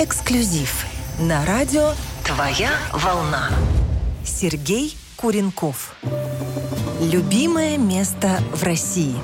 Эксклюзив на радио «Твоя волна». Сергей Куренков. Любимое место в России.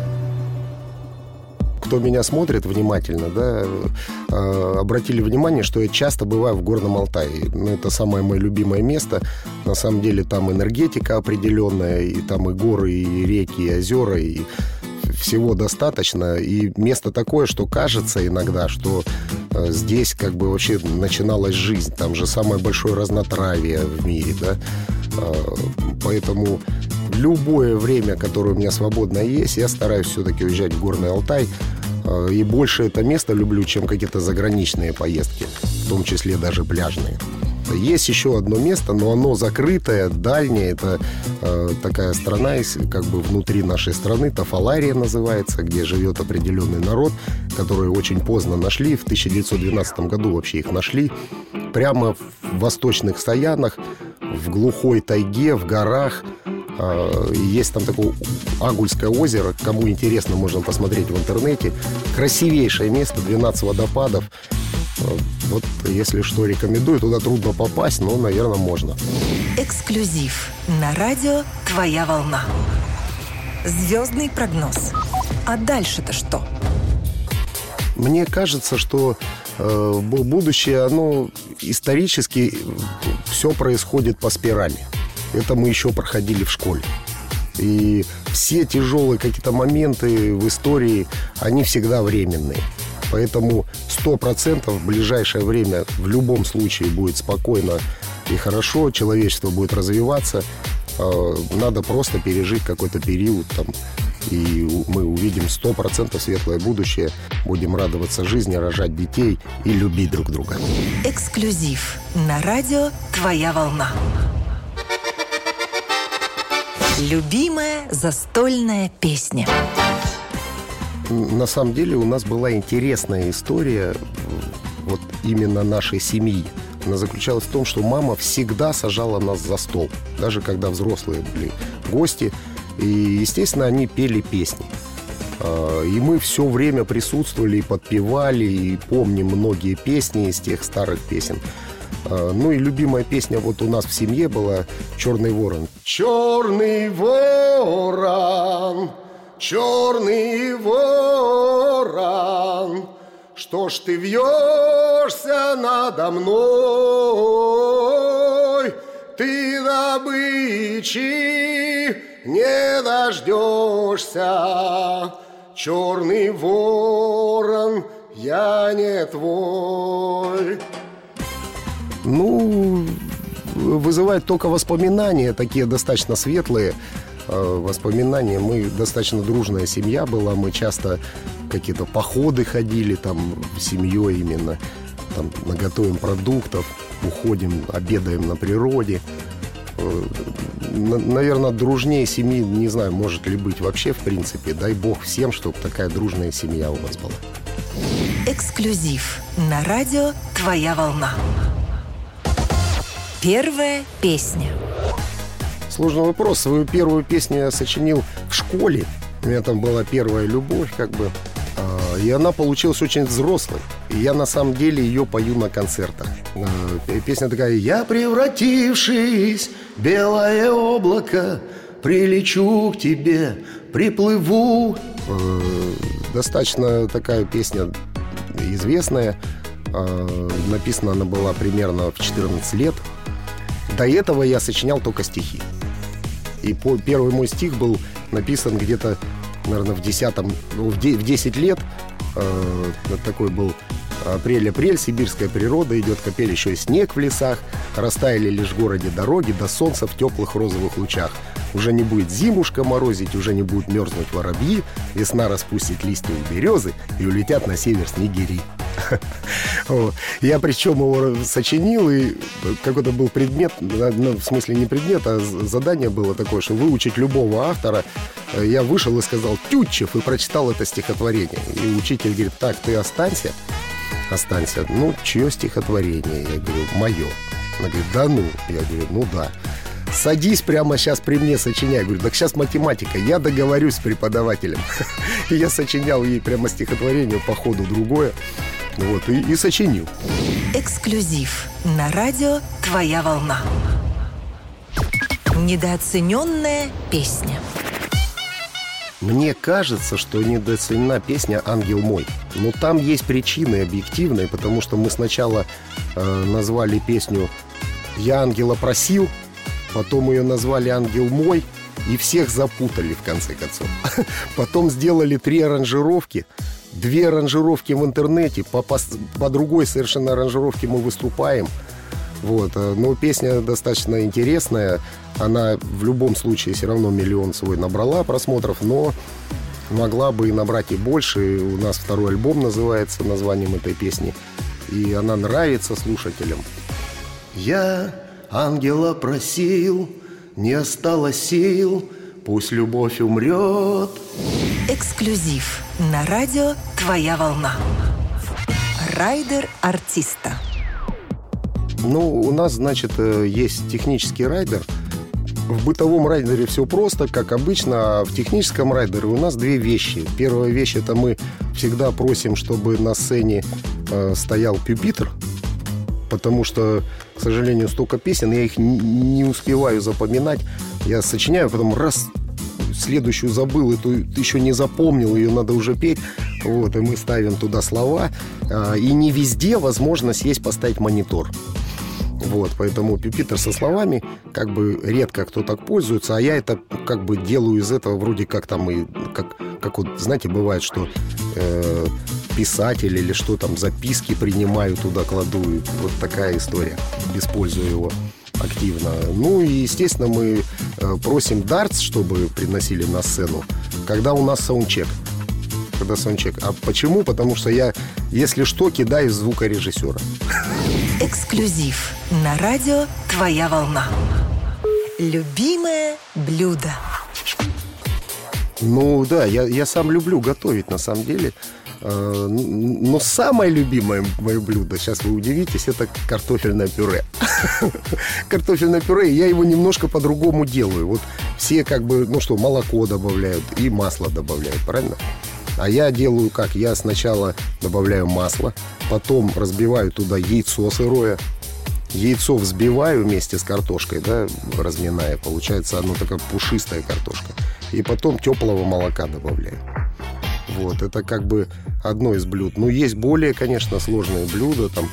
Кто меня смотрит внимательно, обратили внимание, что я часто бываю в Горном Алтае. Это самое мое любимое место. На самом деле там энергетика определенная, и там и горы, и реки, и озера, и всего достаточно. И место такое, что кажется иногда, что здесь как бы вообще начиналась жизнь. Там же самое большое разнотравие в мире, Поэтому любое время, которое у меня свободно есть, я стараюсь все-таки уезжать в Горный Алтай. И больше это место люблю, чем какие-то заграничные поездки, в том числе даже пляжные. Есть еще одно место, но оно закрытое, дальнее. Это такая страна, как бы внутри нашей страны, Тафалария называется, где живет определенный народ, который очень поздно нашли. В 1912 году вообще их нашли. Прямо в восточных Саянах, в глухой тайге, в горах. Есть там такое Агульское озеро. Кому интересно, можно посмотреть в интернете. Красивейшее место, 12 водопадов. Вот, если что, рекомендую. Туда трудно попасть, но, наверное, можно. Эксклюзив на радио «Твоя волна». Звездный прогноз. А дальше-то что? Мне кажется, что будущее, оно исторически все происходит по спирали. Это мы еще проходили в школе. И все тяжелые какие-то моменты в истории, они всегда временные. Поэтому 100% в ближайшее время в любом случае будет спокойно и хорошо. Человечество будет развиваться. Надо просто пережить какой-то период там, и мы увидим 100% светлое будущее. Будем радоваться жизни, рожать детей и любить друг друга. Эксклюзив на радио «Твоя волна». Любимая застольная песня. На самом деле у нас была интересная история вот именно нашей семьи. Она заключалась в том, что мама всегда сажала нас за стол, даже когда взрослые были гости. И, естественно, они пели песни. И мы все время присутствовали и подпевали, и помним многие песни из тех старых песен. Ну и любимая песня вот у нас в семье была «Черный ворон». Черный ворон, черный ворон, что ж ты вьешься надо мной? Ты добычи не дождешься. Черный ворон, я не твой. Ну, вызывает только воспоминания, такие достаточно светлые воспоминания. Мы достаточно дружная семья была. Мы часто какие-то походы ходили там семьей именно. Там наготовим продуктов, уходим, обедаем на природе. Наверное, дружнее семьи, не знаю, может ли быть вообще в принципе. Дай бог всем, чтобы такая дружная семья у нас была. Эксклюзив на радио «Твоя волна». Первая песня. Сложный вопрос. Свою первую песню я сочинил в школе. У меня там была первая любовь, как бы. И она получилась очень взрослой. И я на самом деле ее пою на концертах. Песня такая: «Я, превратившись в белое облако, прилечу к тебе, приплыву». Достаточно такая песня известная. Написана она была примерно в 14 лет. До этого я сочинял только стихи. И первый мой стих был написан где-то, наверное, в 10 лет. Такой был апрель-апрель, сибирская природа, идет капель, еще и снег в лесах. Растаяли лишь в городе дороги, до солнца в теплых розовых лучах. Уже не будет зимушка морозить, уже не будут мерзнуть воробьи. Весна распустит листья у березы, и улетят на север снегири. Я причем его сочинил, и какой-то был предмет, в смысле не предмет, а задание было такое, что выучить любого автора. Я вышел и сказал «Тютчев» и прочитал это стихотворение. И учитель говорит: «Так, ты останься». Ну, чье стихотворение? Я говорю: «Мое». Она говорит: «Да ну». Я говорю: «Ну да». «Садись прямо сейчас при мне, сочиняй». Я говорю: «Так сейчас математика, я договорюсь с преподавателем». И я сочинял ей прямо стихотворение по ходу другое. Вот, и сочинил. Эксклюзив на радио «Твоя волна». Недооцененная песня. Мне кажется, что недооценена песня «Ангел мой». Но там есть причины объективные, потому что мы сначала назвали песню «Я ангела просил», потом ее назвали «Ангел мой», и всех запутали в конце концов. Потом сделали 3 аранжировки, 2 аранжировки в интернете, по другой совершенно аранжировке мы выступаем. Вот. Но песня достаточно интересная. Она в любом случае все равно миллион свой набрала просмотров, но могла бы и набрать и больше. У нас 2-й альбом называется названием этой песни, и она нравится слушателям. Я ангела просил, не осталось сил, пусть любовь умрет. Эксклюзив на радио «Твоя волна». Райдер артиста. Ну, у нас, значит, есть технический райдер. В бытовом райдере все просто, как обычно, а в техническом райдере у нас 2 вещи. Первая вещь — это мы всегда просим, чтобы на сцене стоял пюпитр, потому что, к сожалению, столько песен, я их не успеваю запоминать. Я сочиняю, потом раз следующую забыл, эту еще не запомнил, ее надо уже петь. Вот, и мы ставим туда слова. И не везде возможность есть поставить монитор. Вот, поэтому пюпитр со словами как бы редко кто так пользуется, а я это как бы делаю из этого вроде как там и как вот, знаете, бывает, что писатель или что там, записки принимаю, туда кладу, и вот такая история, использую его активно. Ну и, естественно, мы просим дартс, чтобы приносили на сцену, когда у нас саундчек. А почему? Потому что я, если что, кидаю звукорежиссера. Эксклюзив на радио «Твоя волна». Любимое блюдо. Ну да, я сам люблю готовить, на самом деле. Но самое любимое мое блюдо, сейчас вы удивитесь, это картофельное пюре. Картофельное пюре, я его немножко по-другому делаю. Вот все как бы, ну что, молоко добавляют и масло добавляют, правильно? А я делаю как? Я сначала добавляю масло, потом разбиваю туда яйцо сырое, яйцо взбиваю вместе с картошкой, да, разминая. Получается одна такая пушистая картошка. И потом теплого молока добавляю. Вот, это как бы одно из блюд. Ну, есть более, конечно, сложные блюда, там,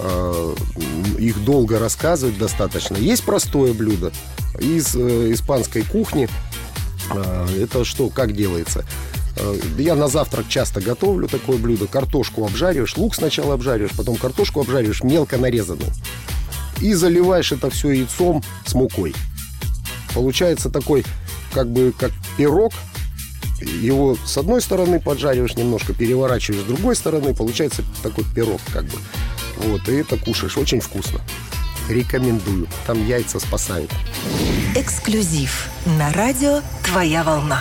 их долго рассказывать достаточно. Есть простое блюдо из испанской кухни. Это что, как делается? Я на завтрак часто готовлю такое блюдо. Картошку обжариваешь, лук сначала обжариваешь, потом картошку обжариваешь мелко нарезанную. И заливаешь это все яйцом с мукой. Получается такой, как бы, как пирог. Его с одной стороны поджариваешь немножко, переворачиваешь с другой стороны. Получается такой пирог, как бы. Вот, и это кушаешь. Очень вкусно. Рекомендую. Там яйца спасают. Эксклюзив на радио «Твоя волна».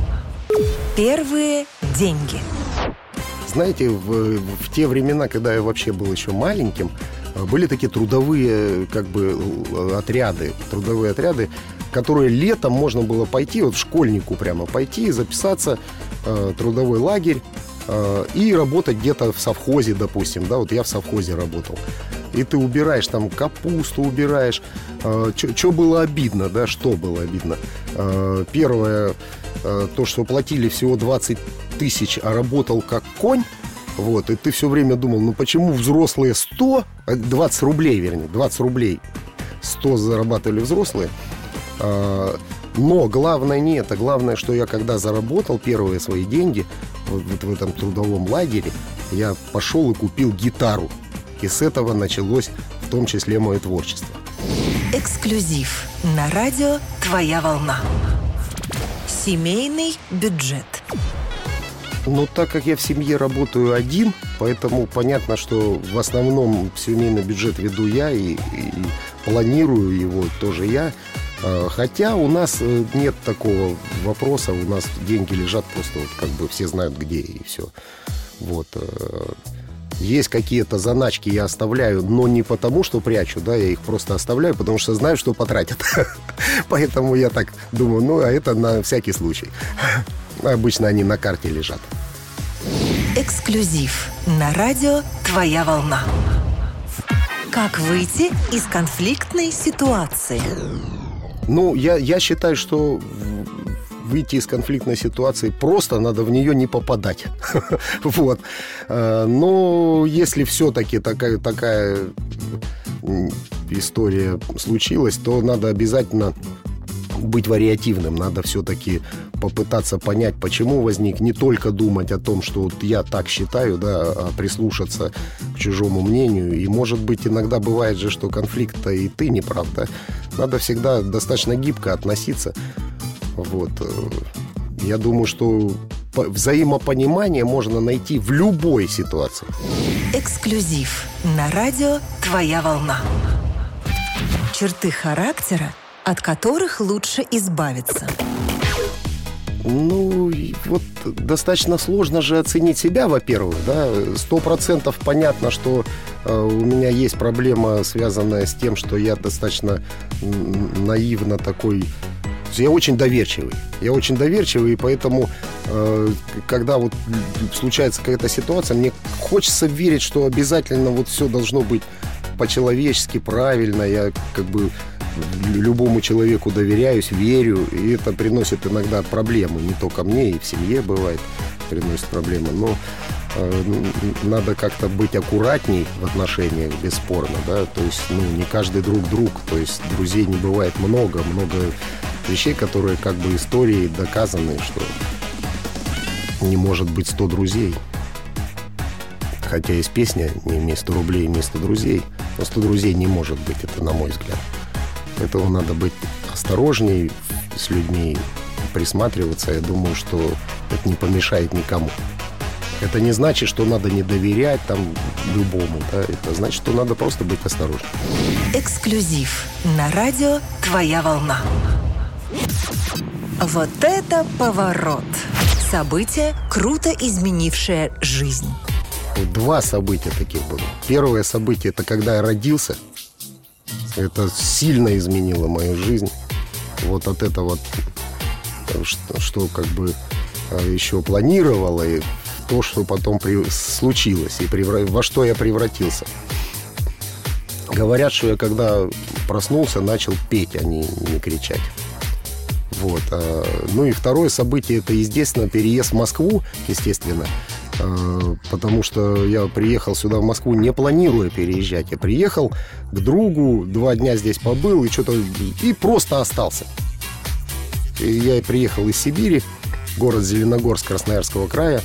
Первые деньги. Знаете, в те времена, когда я вообще был еще маленьким, были такие трудовые как бы отряды, которые летом можно было пойти, вот школьнику прямо пойти, записаться в трудовой лагерь и работать где-то в совхозе, допустим, да, вот я в совхозе работал. И ты убираешь там капусту, убираешь. Что было обидно, да, что было обидно? Первое, то, что платили всего 20 тысяч, а работал как конь. Вот, и ты все время думал, ну почему взрослые 20 рублей, вернее, 20 рублей 100 зарабатывали взрослые. Но главное не это. Главное, что я когда заработал первые свои деньги вот в этом трудовом лагере, я пошел и купил гитару. И с этого началось в том числе мое творчество. Эксклюзив на радио «Твоя волна». Семейный бюджет. Ну, так как я в семье работаю один, поэтому понятно, что в основном семейный бюджет веду я и планирую его тоже я. Хотя у нас нет такого вопроса, у нас деньги лежат просто, вот, как бы все знают где, и все. Вот. Есть какие-то заначки, я оставляю, но не потому, что прячу, да, я их просто оставляю, потому что знаю, что потратят. Поэтому я так думаю, ну, а это на всякий случай. Обычно они на карте лежат. Эксклюзив на радио «Твоя волна». Как выйти из конфликтной ситуации? Я считаю, что выйти из конфликтной ситуации просто надо в нее не попадать. Вот. Но если все-таки такая история случилась, то надо обязательно быть вариативным. Надо все-таки попытаться понять, почему возник. Не только думать о том, что вот я так считаю, да, а прислушаться к чужому мнению. И, может быть, иногда бывает же, что конфликт-то и ты не прав, да? Надо всегда достаточно гибко относиться. Вот. Я думаю, что взаимопонимание можно найти в любой ситуации. Эксклюзив на радио «Твоя волна». Черты характера, от которых лучше избавиться. Достаточно сложно же оценить себя, во-первых, да. 100% понятно, что у меня есть проблема, связанная с тем, что я достаточно наивно такой. Я очень доверчивый. И поэтому, когда вот случается какая-то ситуация, мне хочется верить, что обязательно вот все должно быть по-человечески правильно. Я любому человеку доверяюсь, верю, и это приносит иногда проблемы. Не только мне, и в семье бывает приносит проблемы. Но надо как-то быть аккуратней в отношениях, бесспорно, да. То есть, не каждый друг. То есть друзей не бывает много вещей, которые историей доказаны, что не может быть 100 друзей. Хотя есть песня «Не имей 100 рублей, имей 100 друзей». Но 100 друзей не может быть, это на мой взгляд. Поэтому надо быть осторожней с людьми, присматриваться. Я думаю, что это не помешает никому. Это не значит, что надо не доверять любому. Да? Это значит, что надо просто быть осторожным. Эксклюзив на радио «Твоя волна». Вот это поворот! Событие, круто изменившее жизнь. 2 события таких было. Первое событие – это когда я родился. Это сильно изменило мою жизнь. Вот от этого, что еще планировало, и то, что потом случилось, и во что я превратился. Говорят, что я когда проснулся, начал петь, а не кричать. Вот. И второе событие – это, естественно, переезд в Москву, естественно. Потому что я приехал сюда, в Москву, не планируя переезжать. Я приехал к другу, 2 дня здесь побыл и просто остался. И я приехал из Сибири, город Зеленогорск Красноярского края,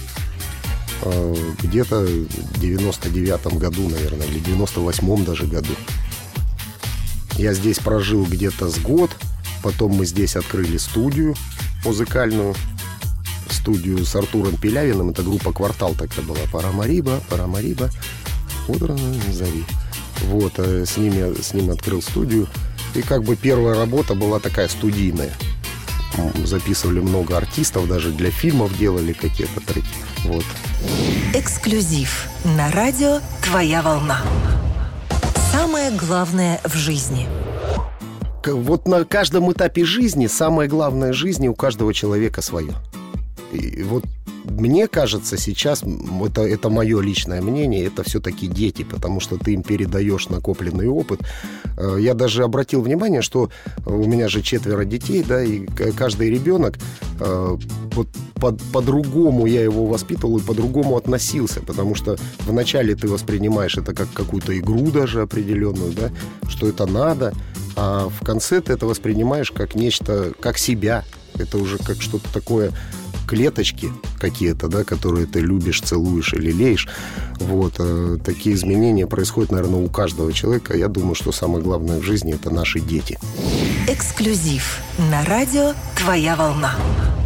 где-то в 99-м году, наверное, или 98-м даже году. Я здесь прожил где-то с год. Потом мы здесь открыли студию музыкальную. Студию с Артуром Пилявиным. Это группа «Квартал» такая была. Парамариба, утро на зари. Вот, с ними открыл студию. И первая работа была такая студийная. Записывали много артистов, даже для фильмов делали какие-то треки. Вот. Эксклюзив на радио «Твоя волна». Самое главное в жизни. Вот на каждом этапе жизни самое главное в жизни у каждого человека свое. И вот мне кажется, сейчас, это мое личное мнение, это все-таки дети, потому что ты им передаешь накопленный опыт. Я даже обратил внимание, что у меня же 4 детей, да, и каждый ребенок, вот по-другому я его воспитывал и по-другому относился, потому что вначале ты воспринимаешь это как какую-то игру даже определенную, да, что это надо, а в конце ты это воспринимаешь как нечто, как себя. Это уже как что-то такое, клеточки какие-то, да, которые ты любишь, целуешь или лелеешь. Вот. Такие изменения происходят, наверное, у каждого человека. Я думаю, что самое главное в жизни – это наши дети. Эксклюзив на радио «Твоя волна».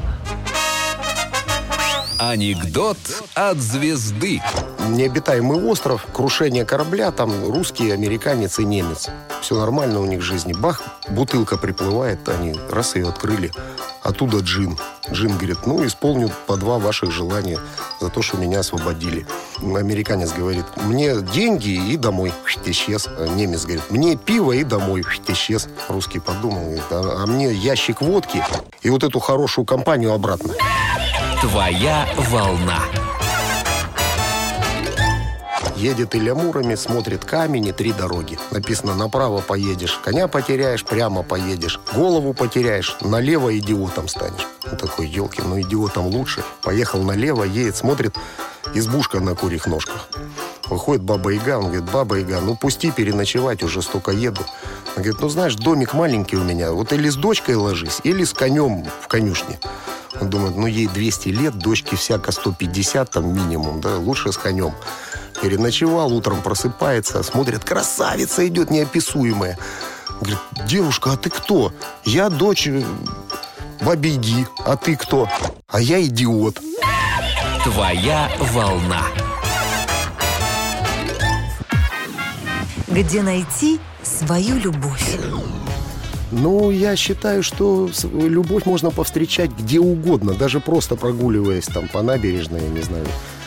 Анекдот от звезды. Необитаемый остров, крушение корабля, там русский, американец и немец. Все нормально у них в жизни. Бах, бутылка приплывает, они раз ее открыли. Оттуда джин. Джин говорит, исполню по 2 ваших желания за то, что меня освободили. Американец говорит, мне деньги и домой. Исчез. Немец говорит, мне пиво и домой. Исчез. Русский подумал, говорит, а мне ящик водки и вот эту хорошую компанию обратно. Твоя волна. Едет Илья Муромец, смотрит камень и 3 дороги. Написано: направо поедешь, коня потеряешь, прямо поедешь, голову потеряешь, налево идиотом станешь. Он такой: елки, ну идиотом лучше. Поехал налево, едет, смотрит, избушка на курьих ножках. Выходит Баба-Яга, он говорит: Баба-Яга, ну пусти переночевать, уже столько еду. Он говорит: ну знаешь, домик маленький у меня, вот или с дочкой ложись, или с конем в конюшне. Он думает: ну ей 200 лет, дочке всяко 150 там минимум, да, лучше с конем. Переночевал, утром просыпается, смотрит, красавица идет неописуемая. Он говорит: девушка, а ты кто? Я дочь Бабы-Яги, а ты кто? А я идиот. Твоя волна. Где найти свою любовь? Ну, я считаю, что любовь можно повстречать где угодно, даже просто прогуливаясь там по набережной, я не знаю.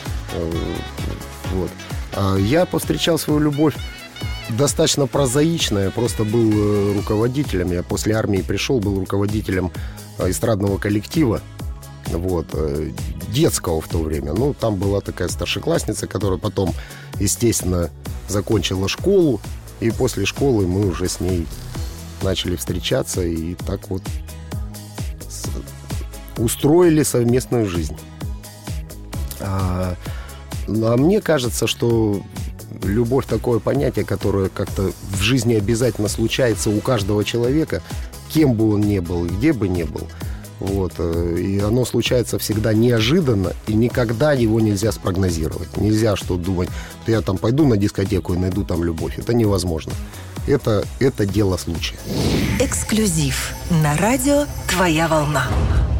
Вот. А я повстречал свою любовь достаточно прозаично. Я просто был руководителем. Я после армии пришел, был руководителем эстрадного коллектива. Вот, детского в то время. Ну, там была такая старшеклассница, которая потом, естественно, закончила школу. И после школы мы уже с ней начали встречаться. И так вот устроили совместную жизнь. А мне кажется, что любовь — такое понятие, которое как-то в жизни обязательно случается у каждого человека, кем бы он ни был и где бы ни был. Вот. И оно случается всегда неожиданно, и никогда его нельзя спрогнозировать. Нельзя что думать: я там пойду на дискотеку и найду там любовь. Это невозможно. Это дело случая. Эксклюзив на радио «Твоя волна».